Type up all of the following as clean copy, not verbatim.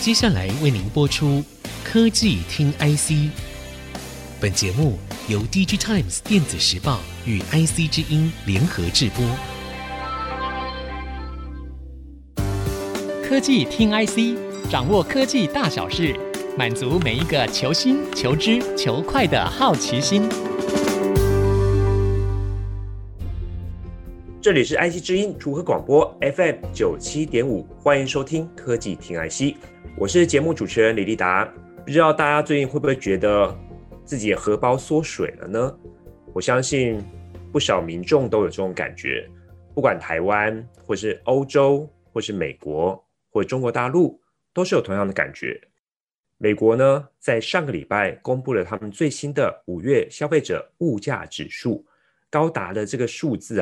接下来为您播出科技听 IC。 本节目由 DigiTimes 电子时报与 IC 之音联合制播。 科技听 IC， 掌握科技大小事，满足每一个求新、求知、求快的好奇心。 这里是 IC 之音竹科广播 FM 97.5， 欢迎收听科技听 IC， 我是节目主持人李立达。不知道大家最近会不会觉得自己的荷包缩水了呢？我相信不少民众都有这种感觉，不管台湾或是欧洲或是美国或中国大陆都是有同样的感觉。美国呢，在上个礼拜公布了他们最新的5月消费者物价指数，高达了这个数字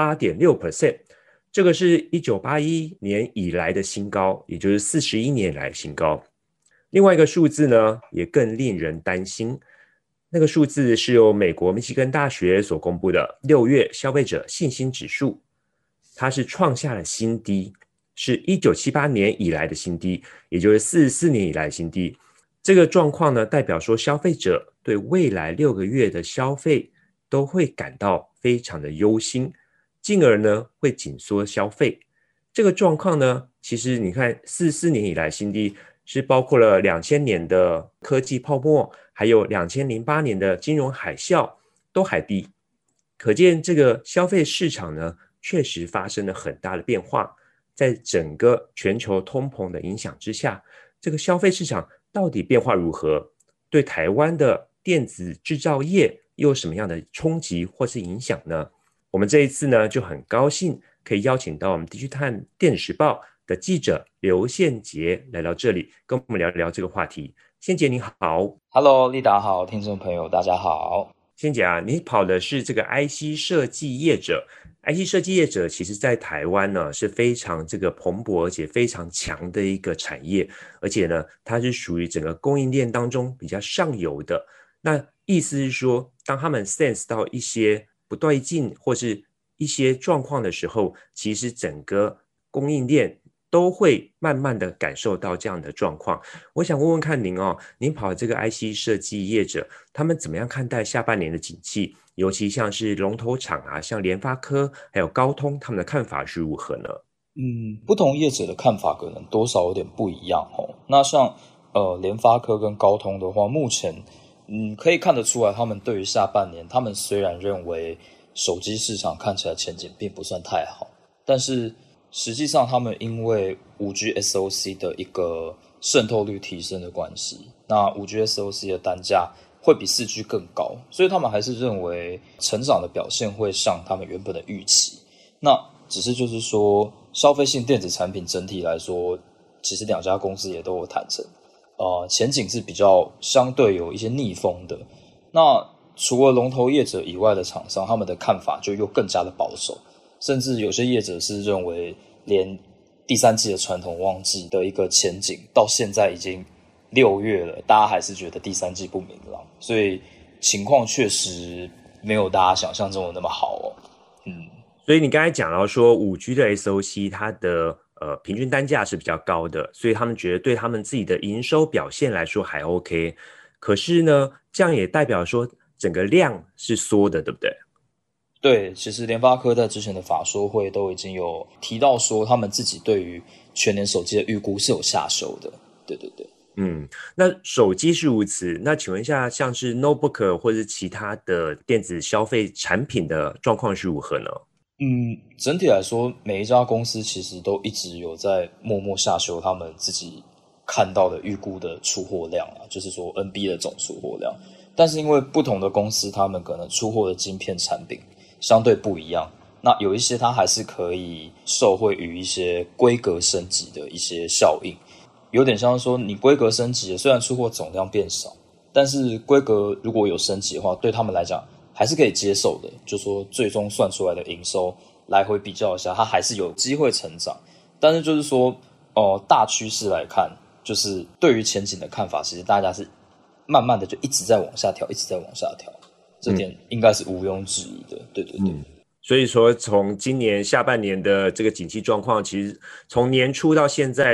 8.6%， 这个是1981年以来的新高，也就是41年以来的新高。另外一个数字呢，也更令人担心，那个数字是由美国密西根大学所公布的6月消费者信心指数，它是创下了新低，是1978年以来的新低，也就是44年以来的新低。这个状况呢，代表说消费者对未来6个月的消费都会感到非常的忧心，进而呢会紧缩消费。这个状况呢，其实你看44年以来新低是包括了2000年的科技泡沫，还有2008年的金融海啸都还低，可见这个消费市场呢确实发生了很大的变化。在整个全球通膨的影响之下，这个消费市场到底变化如何？对台湾的电子制造业又有什么样的冲击或是影响呢？我们这一次呢，就很高兴可以邀请到我们DigiTimes电子时报的记者刘宪杰来到这里，跟我们聊聊这个话题。宪杰你好。 Hello， 立达好，听众朋友大家好。 宪杰你跑的是这个 IC 设计业者。IC 设计业者其实在台湾呢是非常这个蓬勃而且非常强的一个产业，而且呢它是属于整个供应链当中比较上游的。那意思是说，当他们 sense 到一些不对劲或是一些状况的时候，其实整个供应链都会慢慢的感受到这样的状况。我想问问看您您跑这个 IC 设计业者，他们怎么样看待下半年的景气？尤其像是龙头厂像联发科还有高通，他们的看法是如何呢？ 不同业者的看法可能多少有点不一样那像联发科跟高通的话，目前可以看得出来，他们对于下半年，他们虽然认为手机市场看起来前景并不算太好，但是实际上他们因为 5G SoC 的一个渗透率提升的关系，那 5G SoC 的单价会比 4G 更高，所以他们还是认为成长的表现会上他们原本的预期。那只是就是说，消费性电子产品整体来说，其实两家公司也都有坦诚前景是比较相对有一些逆风的。那除了龙头业者以外的厂商，他们的看法就又更加的保守，甚至有些业者是认为连第三季的传统旺季的一个前景到现在已经6月了，大家还是觉得第三季不明朗，所以情况确实没有大家想象中的那么好所以你刚才讲到说 5G 的 SoC 它的平均单价是比较高的，所以他们觉得对他们自己的营收表现来说还 OK。 可是呢，这样也代表说整个量是缩的，对不对？ 对，其实联发科在之前的法说会都已经有提到说，他们自己对于全年手机的预估是有下修的。对。 那手机是如此，那请问一下，像是 notebook 或是其他的电子消费产品的状况是如何呢？ 整体来说，每一家公司其实都一直有在默默下修他们自己看到的预估的出货量就是说 NB 的总出货量。但是因为不同的公司，他们可能出货的晶片产品相对不一样，那有一些它还是可以受惠于一些规格升级的一些效应，有点像说你规格升级了，虽然出货总量变少，但是规格如果有升级的话，对他们来讲还是可以接受的，就说最终算出来的营收来回比较一下，它还是有机会成长。但是就是说大趋势来看，就是对于前景的看法，其实大家是慢慢的就一直在往下调，这点应该是毋庸置疑的。对。 所以说从今年下半年的这个景气状况，其实从年初到现在的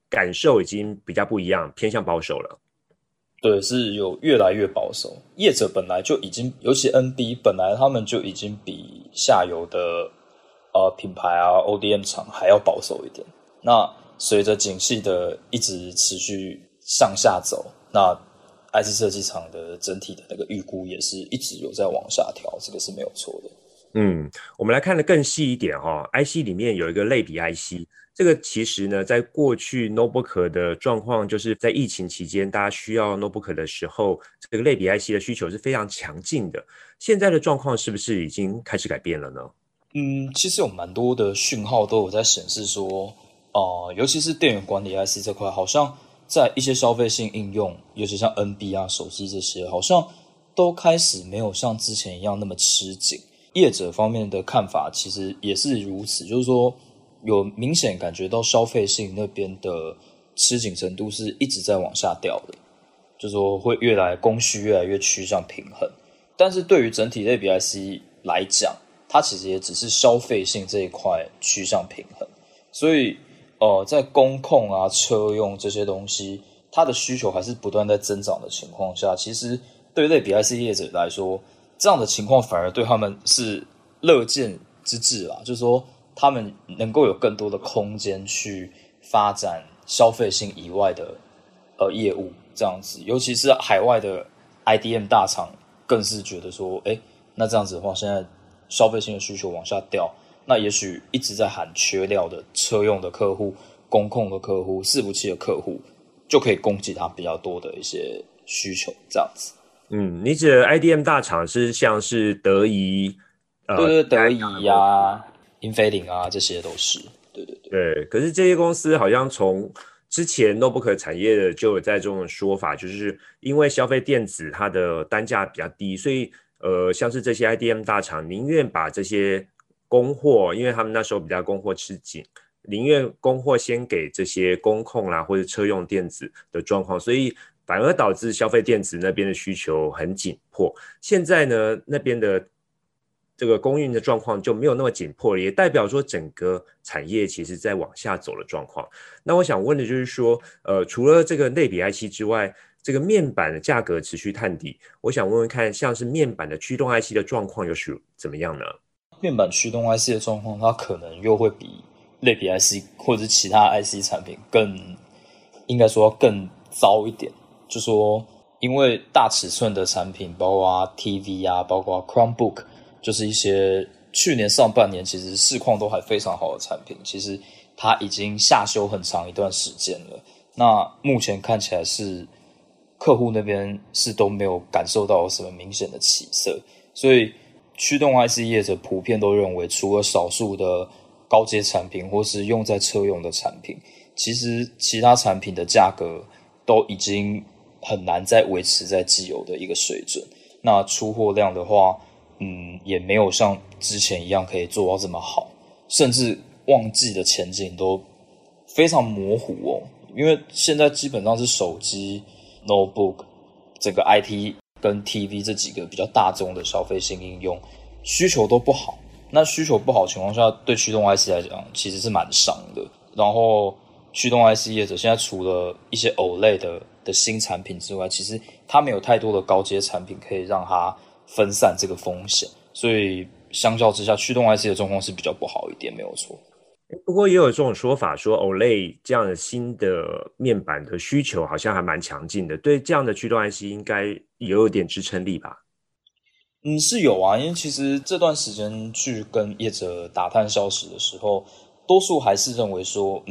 感受已经比较不一样，偏向保守了。 对，是有越来越保守。业者本来就已经，尤其 NB 本来他们就已经比下游的品牌啊 ODM 厂还要保守一点。那随着景气的一直持续向下走，那 IC 设计厂的整体的那个预估也是一直有在往下调，这个是没有错的。 我们来看得更细一点IC 里面有一个类比 IC， 这个其实呢，在过去 notebook 的状况，就是在疫情期间，大家需要 notebook 的时候，这个类比 IC 的需求是非常强劲的。现在的状况是不是已经开始改变了呢？ 其实有蛮多的讯号都有在显示说，尤其是电源管理 IC 这块，好像在一些消费性应用，尤其像 NB 啊、手机这些，好像都开始没有像之前一样那么吃紧。业者方面的看法其实也是如此，就是说有明显感觉到消费性那边的吃紧程度是一直在往下掉的，就是说会供需越来越趋向平衡。但是对于整体类比 IC 来讲，它其实也只是消费性这一块趋向平衡，所以在工控啊、车用这些东西，它的需求还是不断在增长的情况下，其实对于类比 IC 业者来说，这样的情况反而对他们是乐见之至啦，就是说他们能够有更多的空间去发展消费性以外的业务，这样子，尤其是海外的 IDM 大厂更是觉得说，那这样子的话，现在消费性的需求往下掉，那也许一直在喊缺料的车用的客户、工控的客户、伺服器的客户，就可以供给他比较多的一些需求，这样子。 你指的 IDM 大厂是像是德仪， 对，德仪啊、英飞凌啊，这些都是。对。 可是这些公司好像从之前 notebook 产业的就有在这种说法，就是因为消费电子它的单价比较低，所以像是这些 IDM 大厂宁愿把这些供货，因为他们那时候比较供货吃紧，宁愿供货先给这些工控啦或者车用电子的状况，所以反而导致消费电子那边的需求很紧迫。现在呢，那边的这个供应的状况就没有那么紧迫了，也代表说整个产业其实在往下走的状况。那我想问的就是说，除了这个类比 IC 之外，这个面板的价格持续探底，我想问问看，像是面板的驱动 IC 的状况又是怎么样呢？ 面板驱动 IC 的状况，它可能又会比类比 IC 或者是其他 IC 产品应该说更糟一点。就说因为大尺寸的产品，包括 TV 啊，包括 Chromebook， 就是一些去年上半年其实市况都还非常好的产品，其实它已经下修很长一段时间了。那目前看起来是客户那边是都没有感受到有什么明显的起色，所以驱动 IC 业者普遍都认为，除了少数的高阶产品或是用在车用的产品，其实其他产品的价格都已经很难再维持在既有的一个水准。那出货量的话，也没有像之前一样可以做到这么好，甚至旺季的前景都非常模糊哦。因为现在基本上是手机、notebook、整个 IT 跟 TV 这几个比较大众的消费性应用需求都不好。那需求不好的情况下，对驱动 IC 来讲其实是蛮伤的。然后驱动 IC 业者现在除了一些 OLED 的新产品之外，其实它没有太多的高阶产品可以让它分散这个风险，所以相较之下，驱动 IC 的状况是比较不好一点，没有错。 不过也有这种说法，说 OLED 这样的新的面板的需求好像还蛮强劲的，对这样的驱动 IC 应该也有点支撑力吧？ 是有啊，因为其实这段时间去跟业者打探消息的时候，多数还是认为说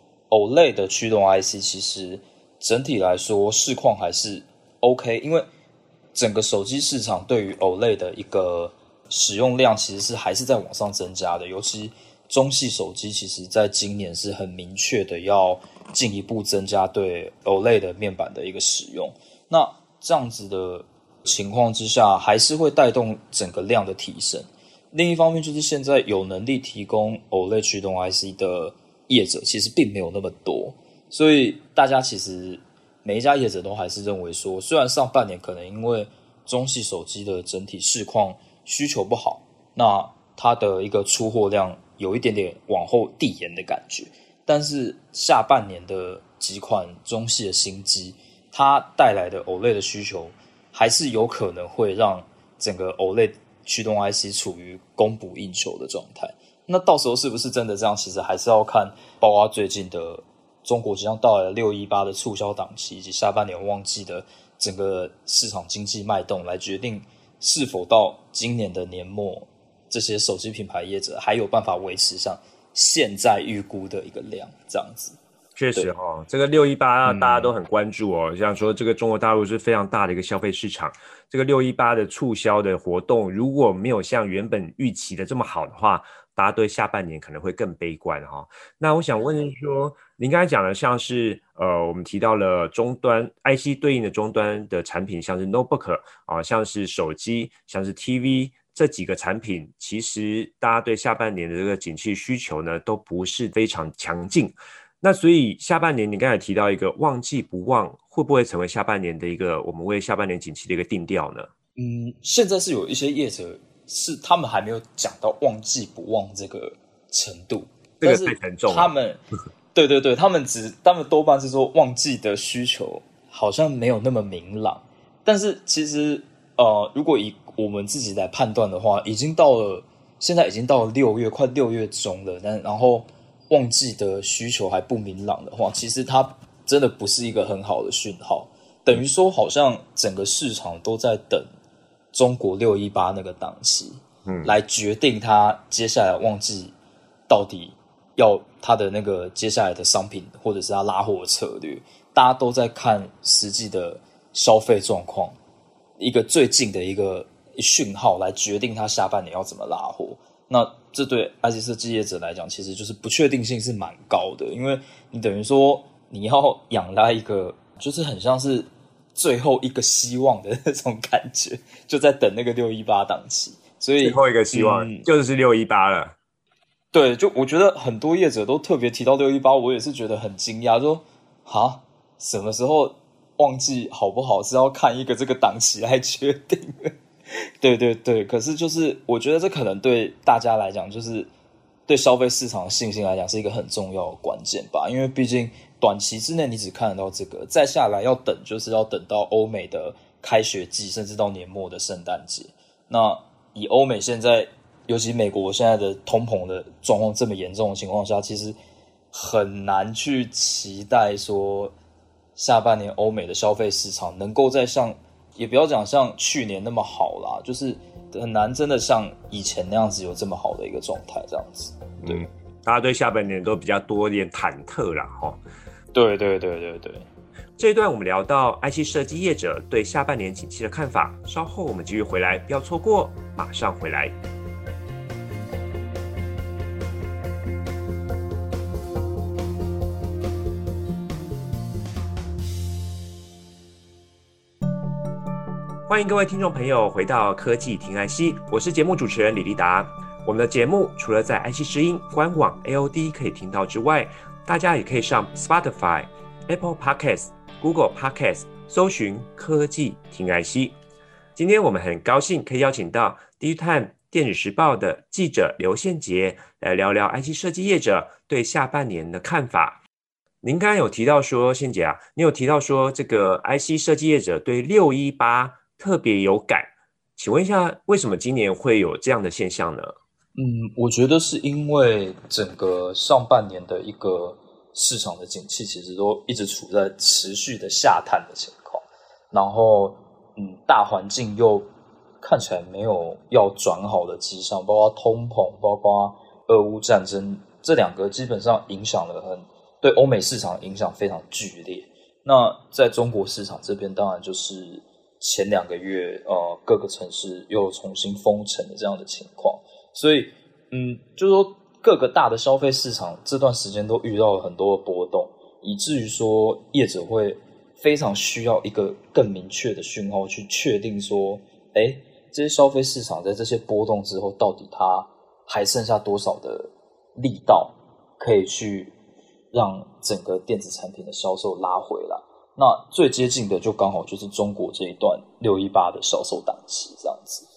，OLED 的驱动 IC 其实整体来说市况还是 OK， 因为整个手机市场对于 OLED 的一个使用量其实是还是在往上增加的，尤其中系手机其实在今年是很明确的要进一步增加对 OLED 面板的一个使用。那这样子的情况之下，还是会带动整个量的提升。另一方面就是现在有能力提供 OLED 驱动 IC 的业者其实并没有那么多，所以大家其实每一家业者都还是认为说，虽然上半年可能因为中系手机的整体市况需求不好，那它的一个出货量有一点点往后递延的感觉， 但是下半年的几款中系的新机，它带来的 OLED 的需求，还是有可能会让整个 OLED 驱动 IC 处于供不应求的状态。那到时候是不是真的这样，其实还是要看，包括最近的中国即将到来的618的促销档期，以及下半年旺季的整个市场经济脉动来决定是否到今年的年末，这些手机品牌业者还有办法维持像现在预估的一个量这样子。 确实哦，这个618大家都很关注哦，像说这个中国大陆是非常大的一个消费市场，这个618的促销的活动如果没有像原本预期的这么好的话，大家对下半年可能会更悲观哈。那我想问说，您刚才讲的像是我们提到了终端 IC 对应的终端的产品，像是 notebook 像是手机，像是 TV 这几个产品，其实大家对下半年的这个景气需求呢，都不是非常强劲。那所以下半年你刚才提到一个旺季不旺，会不会成为下半年的一个我们为下半年景气的一个定调呢？ 现在是有一些业者是他们还没有讲到旺季不旺这个程度， 这个太沉重了。 他们对，他们多半是说旺季的需求好像没有那么明朗，但是其实如果以我们自己来判断的话，现在已经到了6月，快6月中了，然后旺季的需求还不明朗的话，其实它真的不是一个很好的讯号，等于说好像整个市场都在等中国618那个档期，来决定它接下来旺季到底要它的那个接下来的商品或者是它拉货的策略，大家都在看实际的消费状况，一个最近的一个讯号来决定它下半年要怎么拉货。那这对 IC 设计业者来讲，其实就是不确定性是蛮高的，因为你等于说你要仰赖一个，就是很像是最后一个希望的那种感觉，就在等那个618档期，所以最后一个希望就是618了。 对，就我觉得很多业者都特别提到618，我也是觉得很惊讶，说什么时候旺季好不好是要看一个这个档期来决定的。对，可是就是我觉得这可能对大家来讲，就是对消费市场的信心来讲是一个很重要的关键吧，因为毕竟短期之内你只看得到这个，再下来要等就是要等到欧美的开学季，甚至到年末的圣诞节。那以欧美现在尤其美国现在的通膨的状况这么严重的情况下，其实很难去期待说下半年欧美的消费市场能够再像，也不要讲像去年那么好啦，就是很难真的像以前那样子有这么好的一个状态这样子。对， 大家对下半年都比较多一点忐忑啦齁。 对。 这一段我们聊到 IC 设计业者对下半年景气的看法，稍后我们继续回来，不要错过，马上回来。欢迎各位听众朋友回到科技听 IC， 我是节目主持人李立达。我们的节目除了在 IC 之音官网 AOD 可以听到之外，大家也可以上 Spotify、Apple Podcasts、Google Podcasts 搜寻科技听 IC。今天我们很高兴可以邀请到 Digitime 电子时报的记者刘宪杰来聊聊 IC 设计业者对下半年的看法。您刚刚有提到说，宪杰你有提到说这个 IC 设计业者对618特别有感，请问一下，为什么今年会有这样的现象呢？ 我觉得是因为整个上半年的一个市场的景气其实都一直处在持续的下探的情况，然后大环境又看起来没有要转好的迹象，包括通膨，包括俄乌战争，这两个基本上影响了对欧美市场的影响非常剧烈。那在中国市场这边，当然就是前2个月各个城市又重新封城的这样的情况，所以就是说各个大的消费市场这段时间都遇到了很多的波动，以至于说业者会非常需要一个更明确的讯号去确定说，这些消费市场在这些波动之后，到底它还剩下多少的力道可以去让整个电子产品的销售拉回来。那最接近的就刚好就是中国这一段618的销售档期这样子。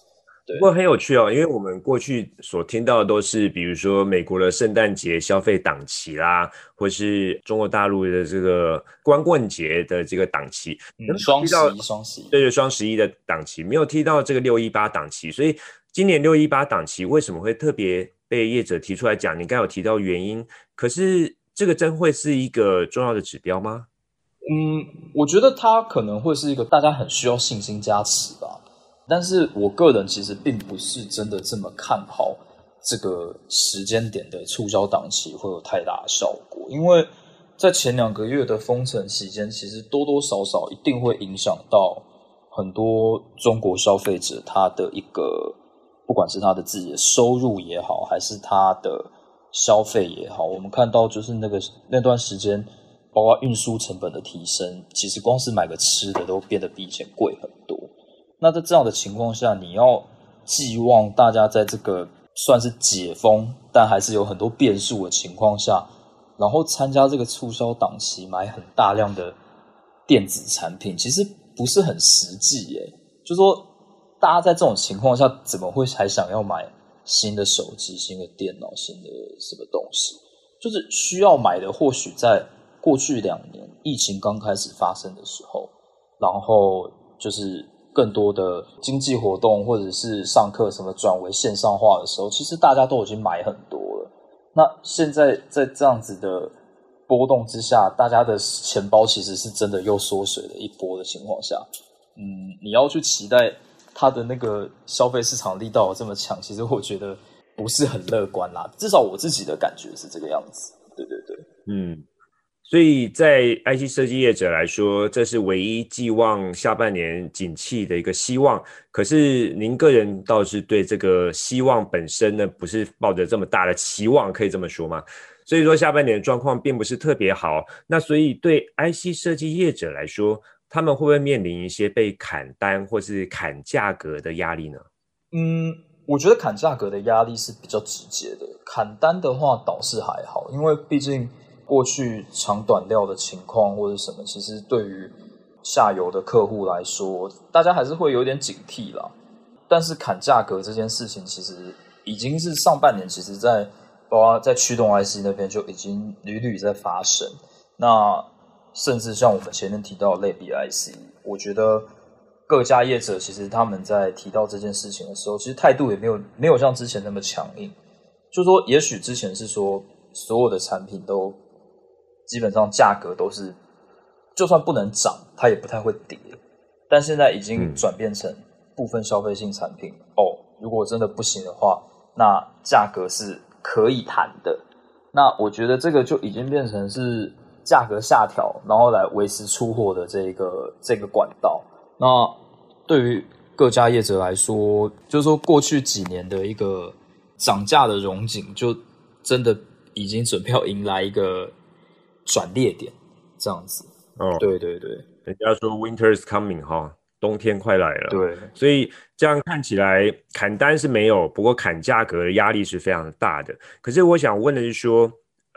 不过很有趣哦，因为我们过去所听到的都是，比如说美国的圣诞节消费档期啦，或是中国大陆的这个光棍节的这个档期， 双十一， 对，双11的档期，没有提到这个618档期，所以今年618档期为什么会特别被业者提出来讲？你刚有提到原因，可是这个真会是一个重要的指标吗？ 我觉得它可能会是一个大家很需要信心加持吧。但是我个人其实并不是真的这么看好这个时间点的促销档期会有太大的效果，因为在前2个月的封城期间，其实多多少少一定会影响到很多中国消费者他的一个，不管是他的自己的收入也好，还是他的消费也好，我们看到就是那段时间，包括运输成本的提升，其实光是买个吃的都变得比以前贵很多。那在这样的情况下，你要寄望大家在这个算是解封，但还是有很多变数的情况下，然后参加这个促销档期，买很大量的电子产品，其实不是很实际耶。就是说，大家在这种情况下，怎么会还想要买新的手机、新的电脑、新的什么东西？就是需要买的，或许在过去2年疫情刚开始发生的时候，然后就是更多的经济活动或者是上课什么转为线上化的时候，其实大家都已经买很多了。那现在在这样子的波动之下，大家的钱包其实是真的又缩水了一波的情况下，你要去期待它的那个消费市场力道这么强，其实我觉得不是很乐观啦。至少我自己的感觉是这个样子。对对对， 所以在 IC 设计业者来说，这是唯一寄望下半年景气的一个希望。可是您个人倒是对这个希望本身呢，不是抱着这么大的期望，可以这么说吗？所以说下半年的状况并不是特别好。那所以对 IC 设计业者来说，他们会不会面临一些被砍单或是砍价格的压力呢？ 我觉得砍价格的压力是比较直接的，砍单的话倒是还好，因为毕竟过去长短料的情况或者什么，其实对于下游的客户来说，大家还是会有点警惕啦。但是砍价格这件事情，其实已经是上半年，其实包括在驱动 IC 那边就已经屡屡在发生。那甚至像我们前面提到的类比 IC， 我觉得各家业者其实他们在提到这件事情的时候，其实态度也没有像之前那么强硬。就是说，也许之前是说所有的产品都基本上价格都是，就算不能涨，它也不太会跌。但现在已经转变成部分消费性产品，如果真的不行的话，那价格是可以谈的。那我觉得这个就已经变成是价格下调，然后来维持出货的这个管道。那对于各家业者来说，就是说过去几年的一个涨价的荣景，就真的已经准备要迎来一个转捩点，这样子。对对对， 人家说 Winter is coming 哈，冬天快来了。 对， 所以这样看起来砍单是没有，不过砍价格的压力是非常大的。可是我想问的是说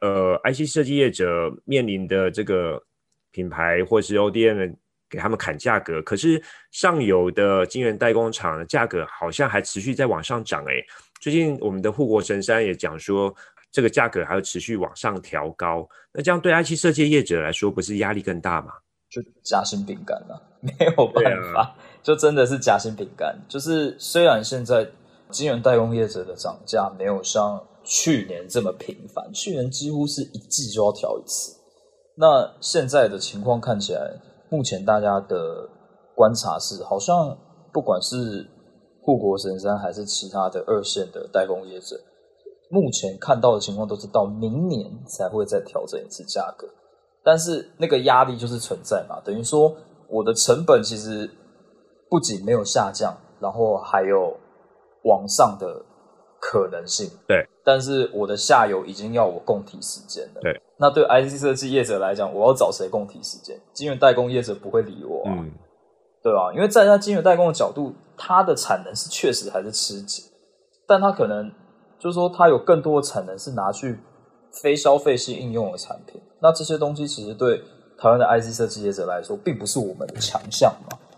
IC 设计业者面临的这个品牌或是 ODM 给他们砍价格，可是上游的晶圆代工厂的价格好像还持续在往上涨。最近我们的护国神山也讲说，这个价格还要持续往上调高，那这样对 IC 设计业者来说不是压力更大吗？ 就夹心饼干啊，没有办法，就真的是夹心饼干。就是虽然现在晶圆代工业者的涨价没有像去年这么频繁，去年几乎是一季就要调一次。那现在的情况看起来，目前大家的观察是，好像不管是护国神山还是其他的2线的代工业者，目前看到的情况都是到明年才会再调整一次价格。但是那个压力就是存在嘛，等于说我的成本其实不仅没有下降，然后还有往上的可能性。 对， 但是我的下游已经要我共体时间了。 对， 那对 IC 设计业者来讲，我要找谁共体时间？晶圆代工业者不会理我啊，对吧？因为在他晶圆代工的角度，他的产能是确实还是吃紧，但他可能就是说他有更多的产能是拿去非消费性应用的产品。那这些东西其实对台湾的 IC 设计业者来说，并不是我们的强项嘛。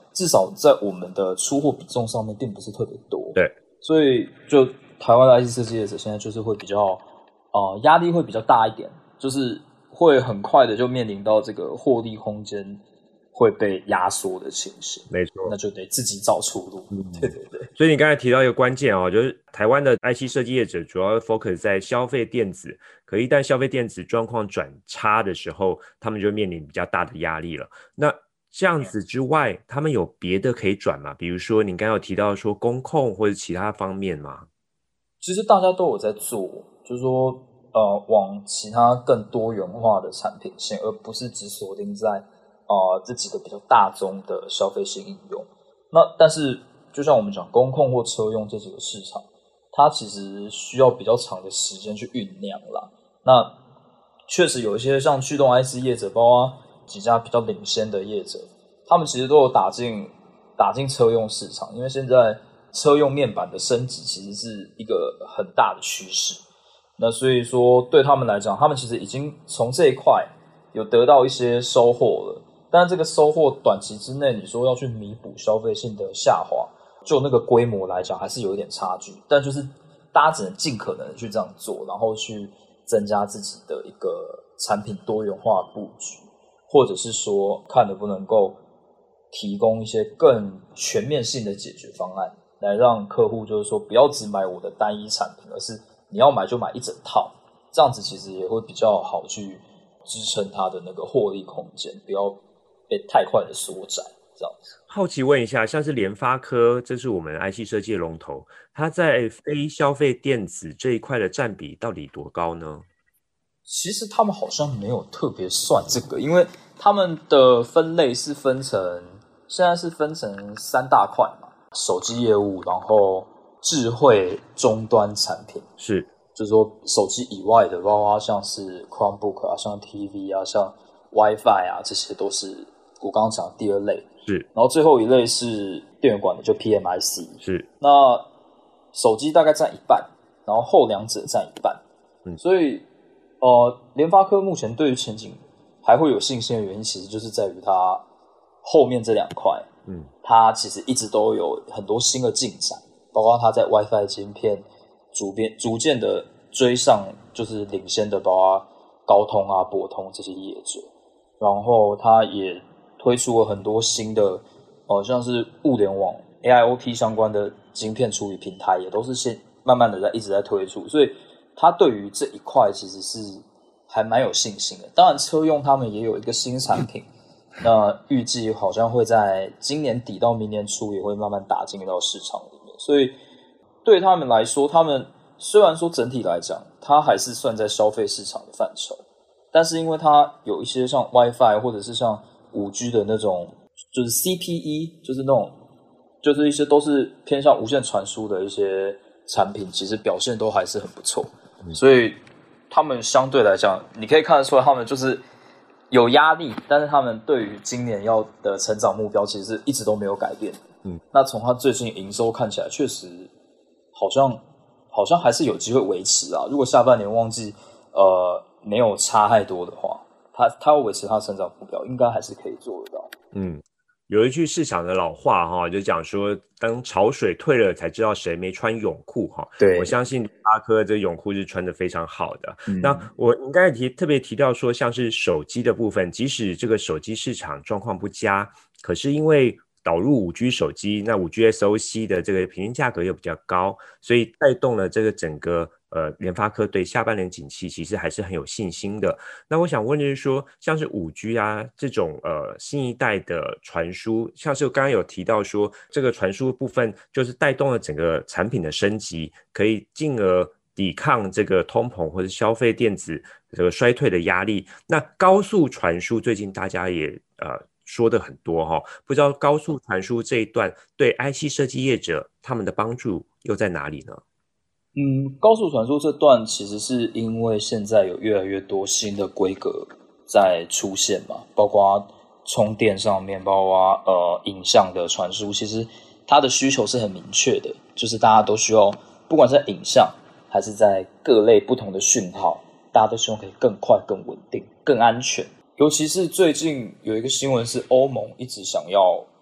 至少在我们的出货比重上面并不是特别多。 对， 所以就台湾的 IC 设计业者现在就是会比较压力会比较大一点，就是会很快的就面临到这个获利空间会被压缩的情形。 没错， 那就得自己找出路。对对对。 所以你刚才提到一个关键哦，就是台湾的 IC 设计业者主要 focus 在消费电子，可一旦消费电子状况转差的时候，他们就面临比较大的压力了。那这样子之外，他们有别的可以转吗？比如说你刚刚有提到说工控或者其他方面吗？ 其实大家都有在做，就是说往其他更多元化的产品线，而不是只锁定在这几个比较大宗的消费性应用。那但是就像我们讲工控或车用这几个市场，它其实需要比较长的时间去酝酿啦。那确实有一些像驱动 IC 业者，包括几家比较领先的业者，他们其实都有打进车用市场，因为现在车用面板的升级其实是一个很大的趋势。那所以说对他们来讲，他们其实已经从这一块有得到一些收获了，但是这个收获短期之内你说要去弥补消费性的下滑，就那个规模来讲还是有一点差距，但就是大家只能尽可能的去这样做，然后去增加自己的一个产品多元化布局，或者是说看能不能够提供一些更全面性的解决方案，来让客户就是说不要只买我的单一产品，而是你要买就买一整套，这样子其实也会比较好去支撑它的那个获利空间，不要被太快的缩窄。这样子。 好奇问一下，像是联发科，这是我们 IC 设计的龙头，它在非消费电子这一块的占比到底多高呢？ 其实他们好像没有特别算这个，因为他们的分类是现在是分成3大块嘛，手机业务，然后智慧终端产品， 是， 就是说手机以外的，包括像是 Chromebook 啊，像 TV 啊，像 WiFi 啊，这些都是我刚刚讲的第2类。 是， 然后最后一类是电源管的，就 PMIC。 是， 那手机大概占一半，然后后2者占一半。所以联发科目前对于前景还会有信心的原因，其实就是在于它后面这2块，它其实一直都有很多新的进展，包括它在 WiFi 晶片逐渐的追上，就是领先的，包括高通啊、博通这些业者，然后它也推出了很多新的，像是物联网 AIoT 相关的晶片处理平台，也都是慢慢的一直在推出，所以他对于这一块其实是还蛮有信心的。当然车用他们也有一个新产品，那预计好像会在今年底到明年初也会慢慢打进到市场里面，所以对他们来说，他们虽然说整体来讲它还是算在消费市场的范畴，但是因为它有一些像 WiFi 或者是像 5G 的那种就是 CPE， 就是那种就是一些都是偏向无线传输的一些产品，其实表现都还是很不错。所以他们相对来讲，你可以看得出来，他们就是有压力，但是他们对于今年要的成长目标，其实是一直都没有改变。那从他最近营收看起来，确实好像还是有机会维持啊。如果下半年旺季没有差太多的话，他要维持他的成长目标，应该还是可以做得到。 有一句市场的老话哈，就讲说，当潮水退了，才知道谁没穿泳裤哈。 对， 我相信联发科这泳裤是穿得非常好的。那我应该特别提到说，像是手机的部分，即使这个手机市场状况不佳，可是因为导入 5G 手机，那 5G SoC 的这个平均价格又比较高，所以带动了这个整个联发科对下半年景气其实还是很有信心的。那我想问的是说，像是 5G 啊这种新一代的传输，像是刚刚有提到说这个传输部分就是带动了整个产品的升级，可以进而抵抗这个通膨或者消费电子这个衰退的压力。那高速传输最近大家也说的很多哈，不知道高速传输这一段对 IC 设计业者他们的帮助又在哪里呢？ 高速传输这段其实是因为现在有越来越多新的规格在出现嘛，包括充电上面，包括影像的传输，其实它的需求是很明确的，就是大家都需要，不管是在影像还是在各类不同的讯号，大家都希望可以更快、更稳定、更安全。尤其是最近有一个新闻是欧盟一直想要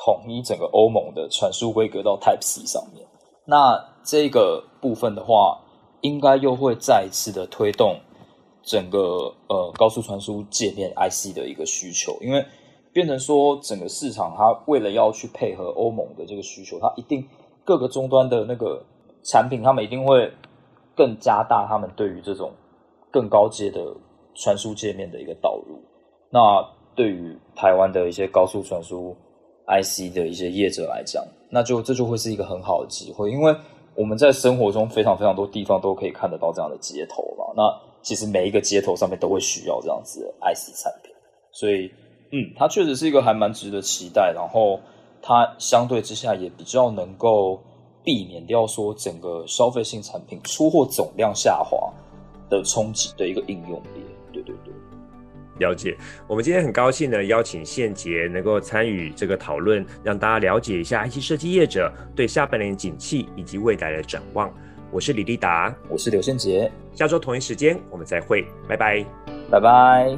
统一整个欧盟的传输规格到 Type-C 上面。那这个部分的话，应该又会再一次的推动整个高速传输界面 IC 的一个需求，因为变成说整个市场它为了要去配合欧盟的这个需求，它一定各个终端的那个产品，他们一定会更加大他们对于这种更高阶的传输界面的一个导入。那对于台湾的一些高速传输 IC 的一些业者来讲，那这就会是一个很好的机会，因为我们在生活中非常非常多地方都可以看得到这样的街头嘛。那其实每一个街头上面都会需要这样子的 IC 产品，所以它确实是一个还蛮值得期待，然后它相对之下也比较能够避免掉说整个消费性产品出货总量下滑的冲击的一个应用链。对对对， 了解。我们今天很高兴呢，邀请宪杰能够参与这个讨论，让大家了解一下 IC 设计业者对下半年景气以及未来的展望。我是李立达， 我是刘宪杰， 下周同一时间我们再会，拜拜， 拜拜。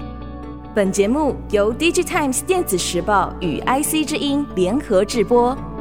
本节目由 DigiTimes 电子时报与 IC 之音联合制播。